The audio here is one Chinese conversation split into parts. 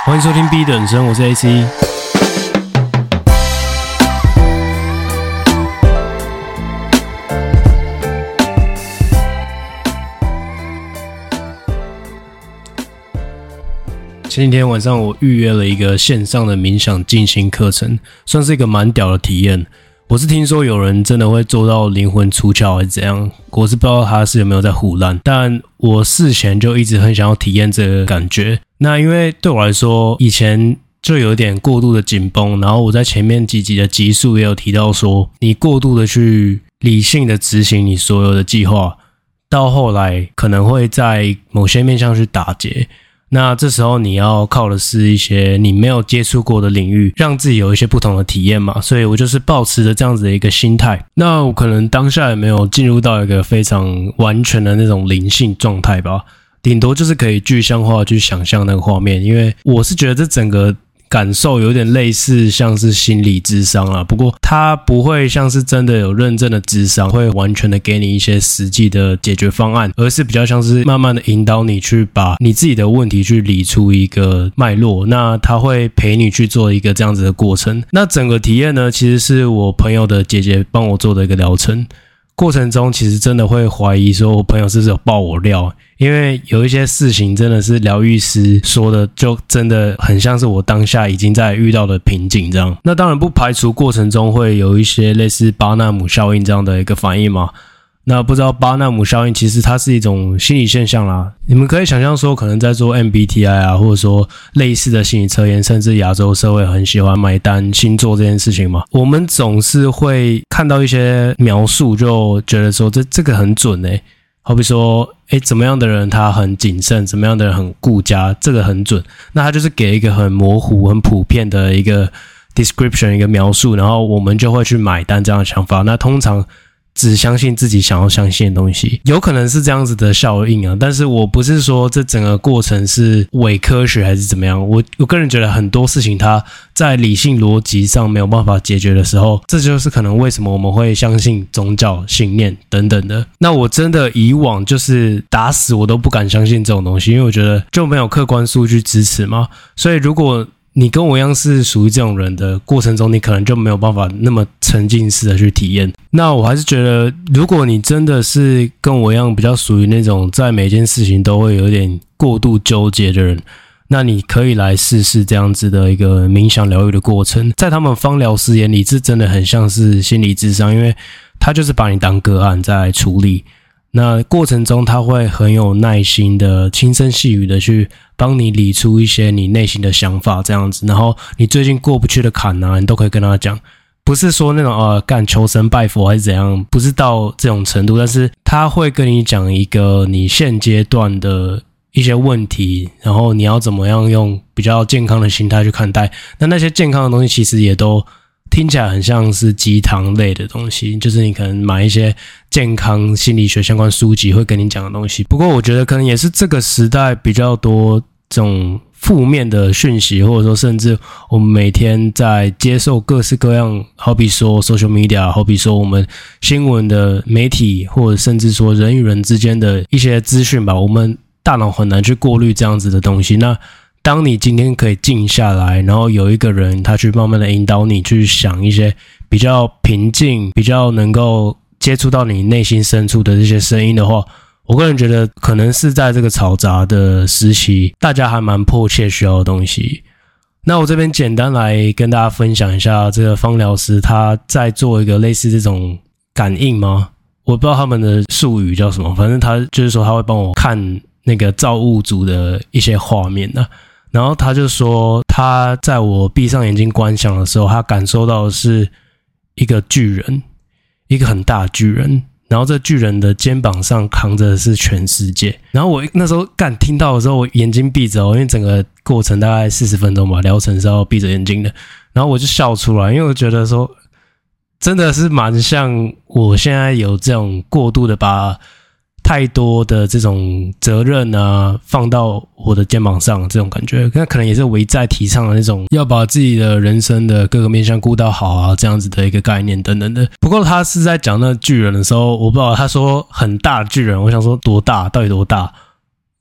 欢迎收听 B 的人生，我是 AC。前几天晚上我预约了一个线上的冥想静心课程，算是一个蛮屌的体验。我是听说有人真的会做到灵魂出窍还是怎样，我是不知道他是有没有在唬烂，但我事前就一直很想要体验这个感觉。那因为对我来说，以前就有点过度的紧绷，然后我在前面几集的集数也有提到说，你过度的去理性的执行你所有的计划，到后来可能会在某些面向去打结。那这时候你要靠的是一些你没有接触过的领域，让自己有一些不同的体验嘛，所以我就是抱持着这样子的一个心态。那我可能当下也没有进入到一个非常完全的那种灵性状态吧，顶多就是可以具象化去想象那个画面，因为我是觉得这整个感受有点类似像是心理諮商啦，不过它不会像是真的有认证的諮商，会完全的给你一些实际的解决方案，而是比较像是慢慢的引导你去把你自己的问题去理出一个脉络，那它会陪你去做一个这样子的过程。那整个体验呢，其实是我朋友的姐姐帮我做的一个疗程。过程中其实真的会怀疑说我朋友是不是有爆我料，因为有一些事情真的是疗愈师说的就真的很像是我当下已经在遇到的瓶颈这样。那当然不排除过程中会有一些类似巴纳姆效应这样的一个反应嘛。那不知道巴纳姆效应其实它是一种心理现象啦，你们可以想象说可能在做 MBTI 啊，或者说类似的心理测验，甚至亚洲社会很喜欢买单星座这件事情嘛，我们总是会看到一些描述就觉得说这个很准好比说怎么样的人他很谨慎，怎么样的人很顾家，这个很准，那他就是给一个很模糊很普遍的一个 description 一个描述，然后我们就会去买单这样的想法。那通常只相信自己想要相信的东西，有可能是这样子的效应啊，但是我不是说这整个过程是伪科学还是怎么样，我个人觉得很多事情它在理性逻辑上没有办法解决的时候，这就是可能为什么我们会相信宗教信念等等的。那我真的以往就是打死我都不敢相信这种东西，因为我觉得就没有客观数据支持嘛，所以如果你跟我一样是属于这种人的过程中，你可能就没有办法那么沉浸式的去体验。那我还是觉得，如果你真的是跟我一样比较属于那种在每件事情都会有点过度纠结的人，那你可以来试试这样子的一个冥想疗愈的过程。在他们芳疗师眼里，这真的很像是心理諮商，因为他就是把你当个案在处理。那过程中他会很有耐心的轻声细语的去帮你理出一些你内心的想法这样子，然后你最近过不去的坎啊，你都可以跟他讲，不是说那种干求神拜佛还是怎样，不是到这种程度，但是他会跟你讲一个你现阶段的一些问题，然后你要怎么样用比较健康的心态去看待。那些健康的东西其实也都听起来很像是鸡汤类的东西，就是你可能买一些健康心理学相关书籍会跟你讲的东西。不过我觉得可能也是这个时代比较多这种负面的讯息，或者说甚至我们每天在接受各式各样，好比说 social media， 好比说我们新闻的媒体，或者甚至说人与人之间的一些资讯吧，我们大脑很难去过滤这样子的东西。那当你今天可以静下来，然后有一个人他去慢慢的引导你去想一些比较平静，比较能够接触到你内心深处的这些声音的话，我个人觉得可能是在这个嘈杂的时期，大家还蛮迫切需要的东西。那我这边简单来跟大家分享一下这个芳疗师他在做一个类似这种感应吗？我不知道他们的术语叫什么，反正他就是说他会帮我看那个造物主的一些画面啊。然后他就说他在我闭上眼睛观想的时候，他感受到的是一个巨人，一个很大的巨人，然后这巨人的肩膀上扛着的是全世界。然后我那时候听到的时候，我眼睛闭着因为整个过程大概40分钟吧，疗程是要闭着眼睛的，然后我就笑出来，因为我觉得说真的是蛮像我现在有这种过度的把太多的这种责任啊放到我的肩膀上，这种感觉那可能也是我一再提倡的那种要把自己的人生的各个面向顾到好啊，这样子的一个概念等等的。不过他是在讲那巨人的时候，我不知道他说很大的巨人，我想说多大，到底多大？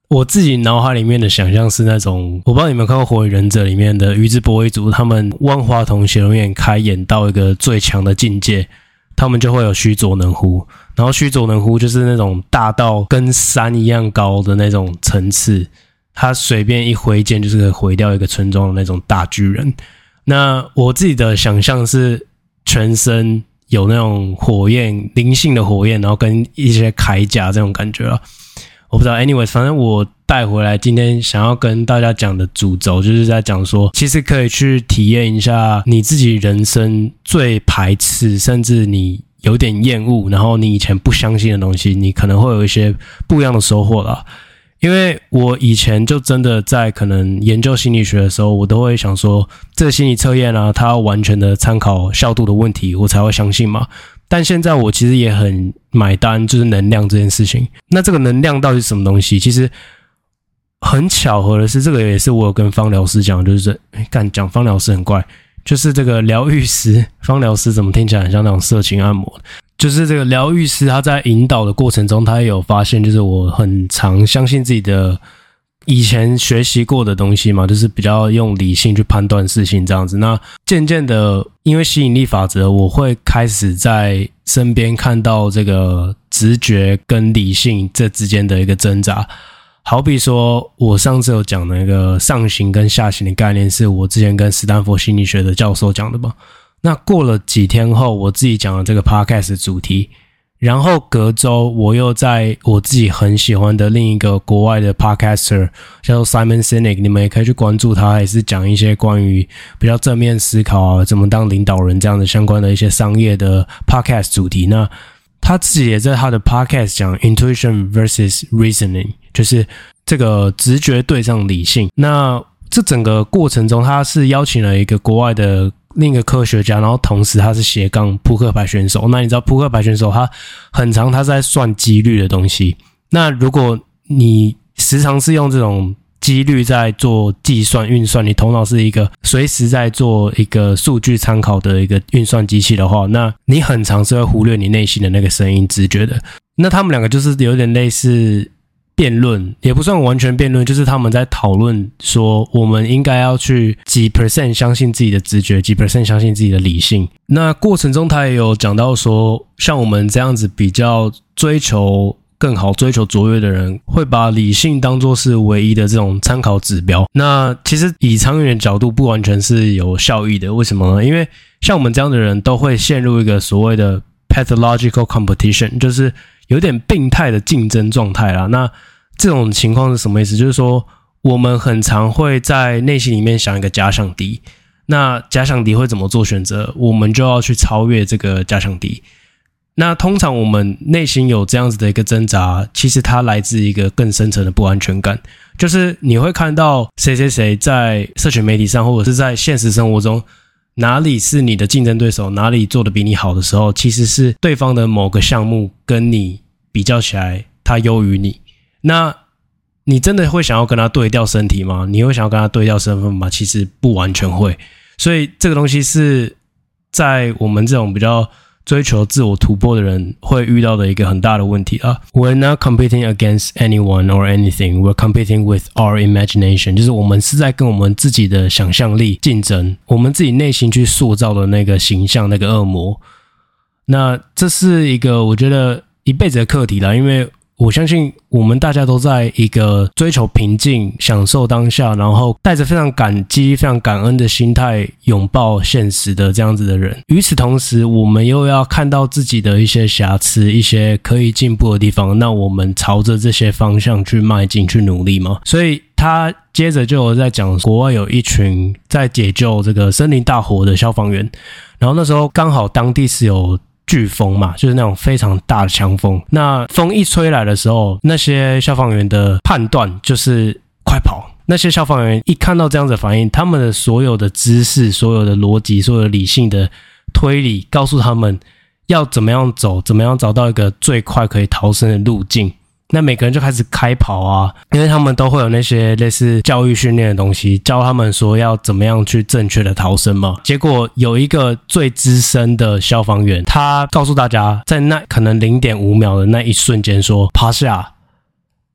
我自己脑海里面的想象是那种，我不知道你们看过《火影忍者》里面的宇智波一族，他们万花筒写轮眼开演到一个最强的境界，他们就会有须佐能乎，然后须佐能乎就是那种大到跟山一样高的那种层次，他随便一挥剑就是可以毁掉一个村庄的那种大巨人。那我自己的想象是全身有那种火焰，灵性的火焰，然后跟一些铠甲这种感觉啊。我不知道 anyways 反正我带回来今天想要跟大家讲的主轴就是在讲说，其实可以去体验一下你自己人生最排斥甚至你有点厌恶，然后你以前不相信的东西，你可能会有一些不一样的收获啦。因为我以前就真的在可能研究心理学的时候，我都会想说这个心理测验啊，它要完全的参考效度的问题我才会相信嘛。但现在我其实也很买单就是能量这件事情。那这个能量到底是什么东西？其实很巧合的是，这个也是我有跟芳疗师讲，就是讲芳疗师很怪，就是这个疗愈师，芳疗师怎么听起来很像那种色情按摩，就是这个疗愈师他在引导的过程中，他也有发现，就是我很常相信自己的以前学习过的东西嘛，就是比较用理性去判断事情这样子。那渐渐的因为吸引力法则，我会开始在身边看到这个直觉跟理性这之间的一个挣扎。好比说我上次有讲的那个上行跟下行的概念，是我之前跟斯坦福心理学的教授讲的嘛。那过了几天后，我自己讲了这个 podcast 的主题，然后隔周我又在我自己很喜欢的另一个国外的 podcaster 叫做 Simon Sinek， 你们也可以去关注他，也是讲一些关于比较正面思考啊，怎么当领导人这样的相关的一些商业的 podcast 主题。那他自己也在他的 podcast 讲 intuition versus reasoning， 就是这个直觉对上理性。那这整个过程中，他是邀请了一个国外的另一个科学家，然后同时他是斜杠扑克牌选手。那你知道扑克牌选手他很常他在算几率的东西，那如果你时常是用这种几率在做计算运算，你头脑是一个随时在做一个数据参考的一个运算机器的话，那你很常是会忽略你内心的那个声音直觉的。那他们两个就是有点类似辩论，也不算完全辩论，就是他们在讨论说我们应该要去几 % 相信自己的直觉，几 % 相信自己的理性。那过程中他也有讲到说，像我们这样子比较追求更好、追求卓越的人，会把理性当作是唯一的这种参考指标。那其实以长远的角度不完全是有效益的，为什么呢？因为像我们这样的人都会陷入一个所谓的 pathological competition， 就是有点病态的竞争状态啦。那这种情况是什么意思？就是说我们很常会在内心里面想一个假想敌，那假想敌会怎么做选择，我们就要去超越这个假想敌。那通常我们内心有这样子的一个挣扎，其实它来自一个更深层的不安全感，就是你会看到谁谁谁在社群媒体上或者是在现实生活中哪里是你的竞争对手，哪里做得比你好的时候，其实是对方的某个项目跟你比较起来他优于你。那你真的会想要跟他对调身体吗？你会想要跟他对调身份吗？其实不完全会。所以这个东西是在我们这种比较追求自我突破的人会遇到的一个很大的问题啊。We're not competing against anyone or anything. We're competing with our imagination. 就是我们是在跟我们自己的想象力竞争，我们自己内心去塑造的那个形象，那个恶魔。那这是一个我觉得一辈子的课题啦，因为我相信我们大家都在一个追求平静、享受当下，然后带着非常感激、非常感恩的心态拥抱现实的这样子的人。与此同时，我们又要看到自己的一些瑕疵、一些可以进步的地方，那我们朝着这些方向去迈进、去努力嘛。所以他接着就有在讲，国外有一群在解救这个森林大火的消防员，然后那时候刚好当地是有飓风嘛，就是那种非常大的强风。那风一吹来的时候，那些消防员的判断就是快跑。那些消防员一看到这样子的反应，他们的所有的知识、所有的逻辑、所有的理性的推理，告诉他们要怎么样走，怎么样找到一个最快可以逃生的路径。那每个人就开始开跑啊，因为他们都会有那些类似教育训练的东西，教他们说要怎么样去正确的逃生嘛。结果有一个最资深的消防员，他告诉大家，在那可能 0.5 秒的那一瞬间说趴下，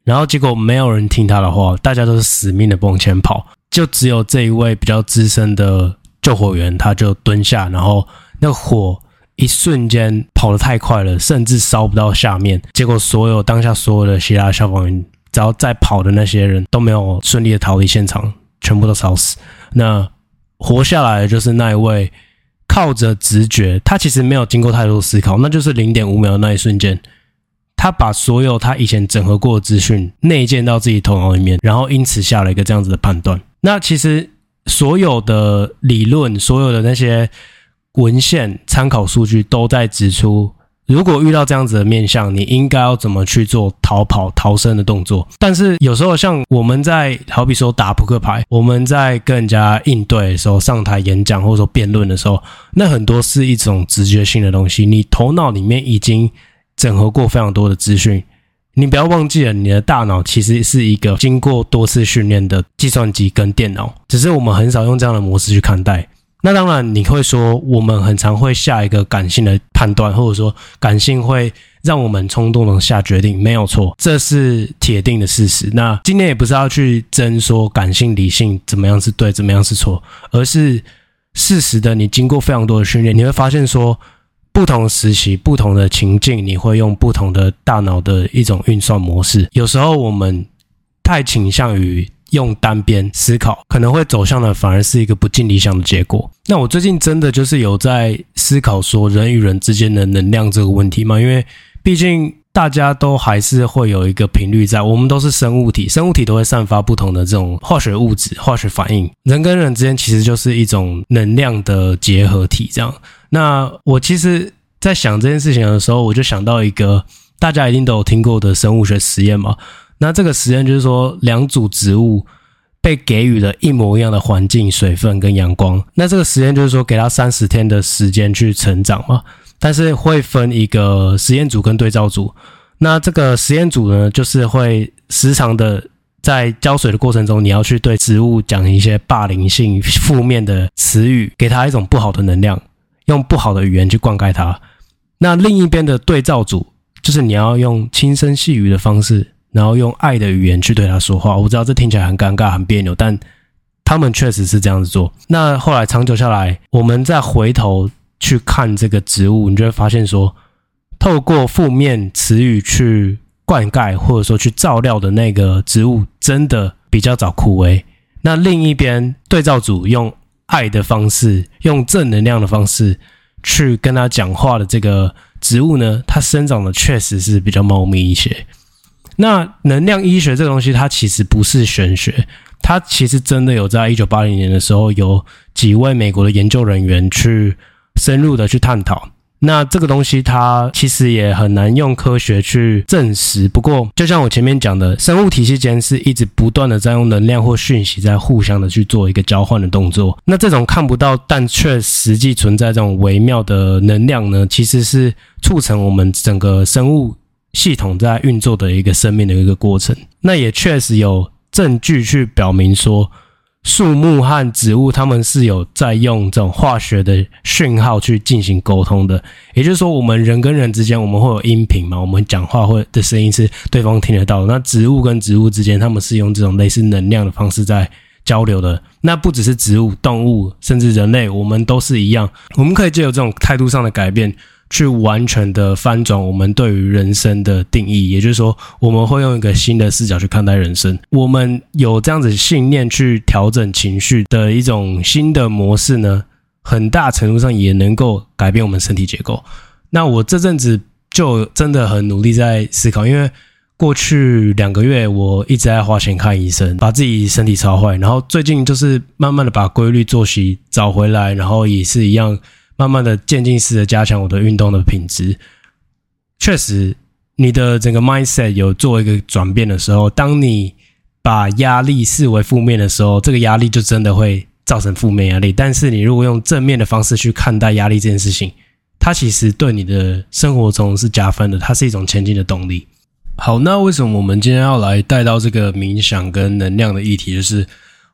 然后结果没有人听他的话，大家都是死命的往前跑，就只有这一位比较资深的救火员，他就蹲下，然后那个火一瞬间跑得太快了，甚至烧不到下面，结果当下所有的希腊消防员只要在跑的那些人都没有顺利的逃离现场，全部都烧死。那活下来的就是那一位靠着直觉，他其实没有经过太多思考，那就是 0.5 秒的那一瞬间，他把所有他以前整合过的资讯内建到自己头脑里面，然后因此下了一个这样子的判断。那其实所有的理论，所有的那些文献参考数据都在指出，如果遇到这样子的面向，你应该要怎么去做逃跑逃生的动作。但是有时候像我们在好比说打扑克牌，我们在跟人家应对的时候，上台演讲或者说辩论的时候，那很多是一种直觉性的东西，你头脑里面已经整合过非常多的资讯，你不要忘记了，你的大脑其实是一个经过多次训练的计算机跟电脑，只是我们很少用这样的模式去看待。那当然你会说我们很常会下一个感性的判断，或者说感性会让我们冲动的下决定，没有错，这是铁定的事实。那今天也不是要去争说感性理性怎么样是对怎么样是错，而是事实的你经过非常多的训练，你会发现说不同时期不同的情境，你会用不同的大脑的一种运算模式。有时候我们太倾向于用单边思考，可能会走向的反而是一个不尽理想的结果。那我最近真的就是有在思考说人与人之间的能量这个问题嘛，因为毕竟大家都还是会有一个频率在，我们都是生物体，生物体都会散发不同的这种化学物质、化学反应，人跟人之间其实就是一种能量的结合体这样。那我其实在想这件事情的时候，我就想到一个大家一定都有听过的生物学实验嘛。那这个实验就是说，两组植物被给予了一模一样的环境、水分跟阳光。那这个实验就是说，给它30天的时间去成长嘛，但是会分一个实验组跟对照组。那这个实验组呢，就是会时常的在浇水的过程中，你要去对植物讲一些霸凌性、负面的词语，给它一种不好的能量，用不好的语言去灌溉它。那另一边的对照组，就是你要用轻声细语的方式，然后用爱的语言去对他说话。我知道这听起来很尴尬很别扭，但他们确实是这样子做。那后来长久下来，我们再回头去看这个植物，你就会发现说，透过负面词语去灌溉或者说去照料的那个植物真的比较早枯萎。那另一边对照组用爱的方式，用正能量的方式去跟他讲话的这个植物呢，它生长的确实是比较茂密一些。那能量医学这个东西，它其实不是玄学，它其实真的有在1980年的时候，有几位美国的研究人员去深入的去探讨。那这个东西它其实也很难用科学去证实，不过就像我前面讲的，生物体系间是一直不断的在用能量或讯息在互相的去做一个交换的动作。那这种看不到但却实际存在这种微妙的能量呢，其实是促成我们整个生物系统在运作的一个生命的一个过程。那也确实有证据去表明说，树木和植物它们是有在用这种化学的讯号去进行沟通的。也就是说，我们人跟人之间，我们会有音频嘛，我们讲话会的声音是对方听得到的。那植物跟植物之间，它们是用这种类似能量的方式在交流的。那不只是植物、动物，甚至人类，我们都是一样。我们可以藉由这种态度上的改变，去完全的翻转我们对于人生的定义。也就是说，我们会用一个新的视角去看待人生。我们有这样子信念去调整情绪的一种新的模式呢，很大程度上也能够改变我们身体结构。那我这阵子就真的很努力在思考，因为过去2个月我一直在花钱看医生，把自己身体操坏，然后最近就是慢慢的把规律作息找回来，然后也是一样慢慢的渐进式的加强我的运动的品质。确实你的整个 mindset 有做一个转变的时候，当你把压力视为负面的时候，这个压力就真的会造成负面压力。但是你如果用正面的方式去看待压力这件事情，它其实对你的生活中是加分的，它是一种前进的动力。好，那为什么我们今天要来带到这个冥想跟能量的议题，就是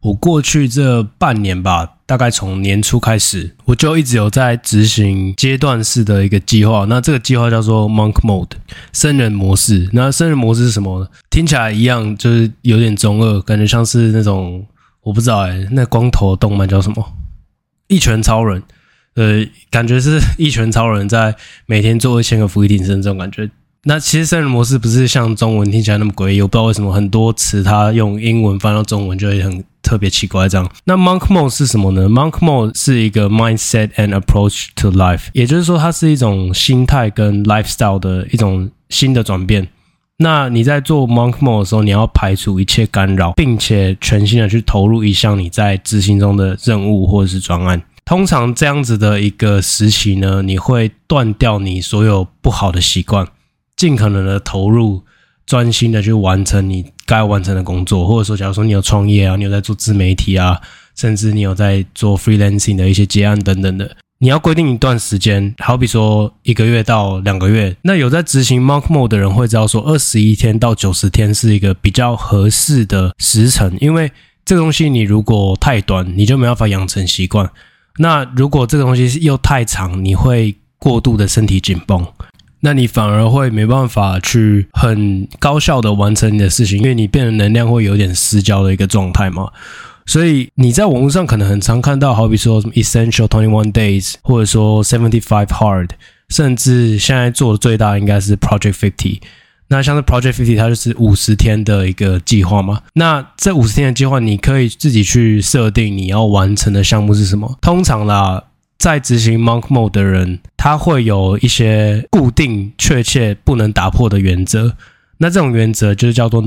我过去这半年吧，大概从年初开始，我就一直有在执行阶段式的一个计划。那这个计划叫做 Monk Mode 僧人模式。那僧人模式是什么呢？听起来一样，就是有点中二，感觉像是那种我不知道那光头动漫叫什么？一拳超人。感觉是一拳超人在每天做1000个伏地挺身这种感觉。那其实僧人模式不是像中文听起来那么诡异，我不知道为什么很多词它用英文翻到中文就会很特别奇怪这样。那 Monk Mode 是什么呢？ Monk Mode 是一个 mindset and approach to life， 也就是说它是一种心态跟 lifestyle 的一种新的转变。那你在做 Monk Mode 的时候，你要排除一切干扰，并且全心的去投入一项你在执行中的任务或者是专案。通常这样子的一个时期呢，你会断掉你所有不好的习惯，尽可能的投入，专心的去完成你该完成的工作。或者说假如说你有创业啊，你有在做自媒体啊，甚至你有在做 freelancing 的一些接案等等的，你要规定一段时间，好比说1个月到2个月。那有在执行 Monk Mode 的人会知道说21天到90天是一个比较合适的时程，因为这个东西你如果太短，你就没办法养成习惯。那如果这个东西又太长，你会过度的身体紧绷，那你反而会没办法去很高效的完成你的事情，因为你变得能量会有点失焦的一个状态嘛。所以你在网络上可能很常看到，好比说什么 Essential 21 Days， 或者说75 Hard， 甚至现在做的最大应该是 Project 50。那像是 Project 50它就是50天的一个计划嘛。那这50天的计划你可以自己去设定你要完成的项目是什么。通常啦，在执行 Monk Mode 的人，他会有一些固定确切不能打破的原则。那这种原则就是叫做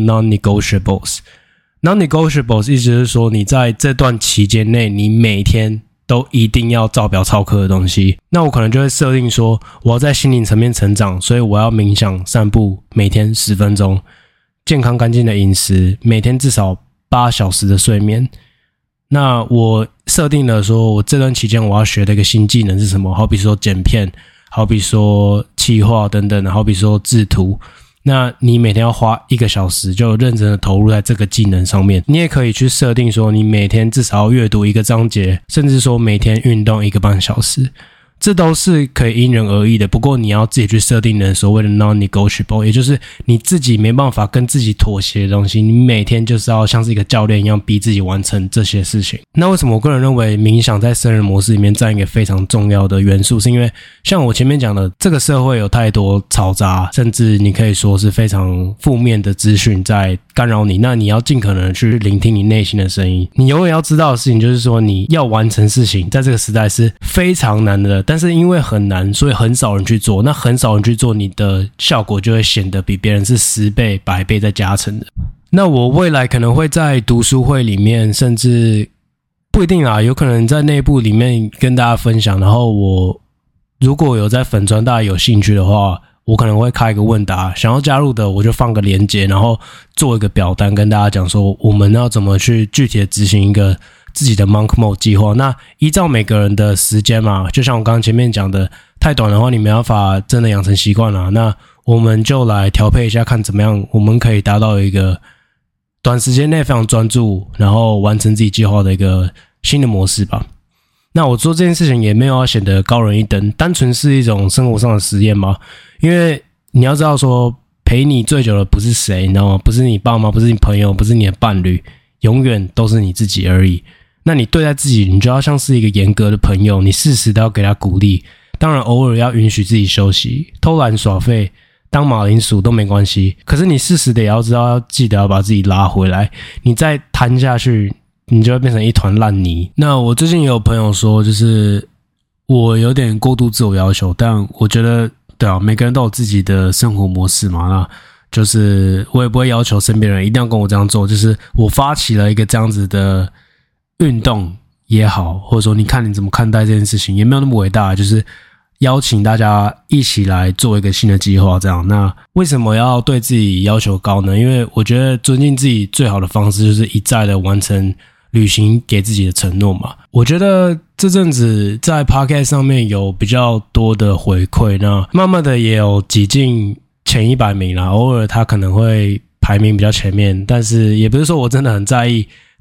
non-negotiables。non-negotiables 意思是说你在这段期间内，你每天都一定要照表操课的东西。那我可能就会设定说，我要在心灵层面成长，所以我要冥想、散步，每天10分钟，健康干净的饮食，每天至少8小时的睡眠。那我设定了说，我这段期间我要学的一个新技能是什么？好比说剪片，好比说企划等等的，好比说制图。那你每天要花1个小时就认真的投入在这个技能上面。你也可以去设定说，你每天至少要阅读1个章节，甚至说每天运动1个半小时。这都是可以因人而异的，不过你要自己去设定的所谓的 non-negotiable， 也就是你自己没办法跟自己妥协的东西，你每天就是要像是一个教练一样逼自己完成这些事情。那为什么我个人认为冥想在僧人模式里面占一个非常重要的元素，是因为像我前面讲的，这个社会有太多嘈杂，甚至你可以说是非常负面的资讯在干扰你，那你要尽可能去聆听你内心的声音。你永远要知道的事情就是说，你要完成事情在这个时代是非常难的，但是因为很难，所以很少人去做。那很少人去做，你的效果就会显得比别人是10倍、100倍在加成的。那我未来可能会在读书会里面，甚至不一定啊，有可能在内部里面跟大家分享。然后我如果有在粉专大家有兴趣的话，我可能会开一个问答，想要加入的我就放个连结，然后做一个表单跟大家讲说我们要怎么去具体的执行一个自己的 Monk Mode 计划。那依照每个人的时间嘛，就像我刚刚前面讲的，太短的话你没办法真的养成习惯啦。那我们就来调配一下，看怎么样我们可以达到一个短时间内非常专注，然后完成自己计划的一个新的模式吧。那我做这件事情也没有要显得高人一等，单纯是一种生活上的实验嘛。因为你要知道说，陪你最久的不是谁，你知道吗？不是你爸妈，不是你朋友，不是你的伴侣，永远都是你自己而已。那你对待自己，你就要像是一个严格的朋友，你适时的要给他鼓励，当然偶尔要允许自己休息，偷懒耍废，当马铃薯都没关系。可是你适时的也要知道，要记得要把自己拉回来，你再摊下去，你就会变成一团烂泥。那我最近也有朋友说，就是我有点过度自我要求，但我觉得对啊，每个人都有自己的生活模式嘛，那就是我也不会要求身边人一定要跟我这样做，就是我发起了一个这样子的运动也好，或者说你看你怎么看待这件事情，也没有那么伟大，就是邀请大家一起来做一个新的计划这样。那为什么要对自己要求高呢？因为我觉得尊敬自己最好的方式就是一再的完成履行给自己的承诺嘛。我觉得这阵子在 Podcast 上面有比较多的回馈，那慢慢的也有挤进前100名啦，偶尔他可能会排名比较前面，但是也不是说我真的很在意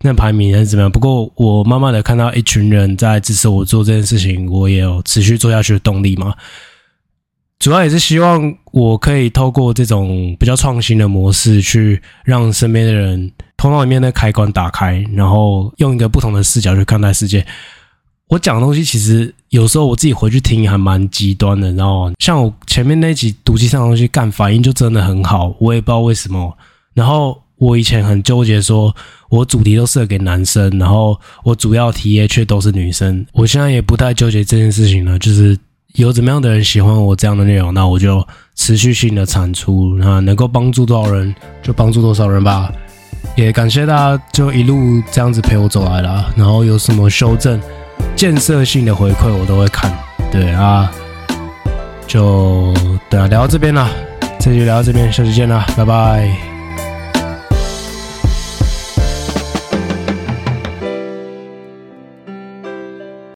那排名还是怎么样。不过我慢慢的看到一群人在支持我做这件事情，我也有持续做下去的动力嘛。主要也是希望我可以透过这种比较创新的模式，去让身边的人头脑里面的开关打开，然后用一个不同的视角去看待世界。我讲的东西其实有时候我自己回去听还蛮极端的，然后像我前面那集毒气上的东西干反应就真的很好，我也不知道为什么。然后我以前很纠结说我主题都适合给男生，然后我主要题也却都是女生。我现在也不太纠结这件事情了，就是有怎么样的人喜欢我这样的内容，那我就持续性的产出，那能够帮助多少人就帮助多少人吧。也感谢大家就一路这样子陪我走来啦，然后有什么修正建设性的回馈我都会看。对啊，就对啊，聊到这边啦，这集聊到这边，下期见啦，拜拜。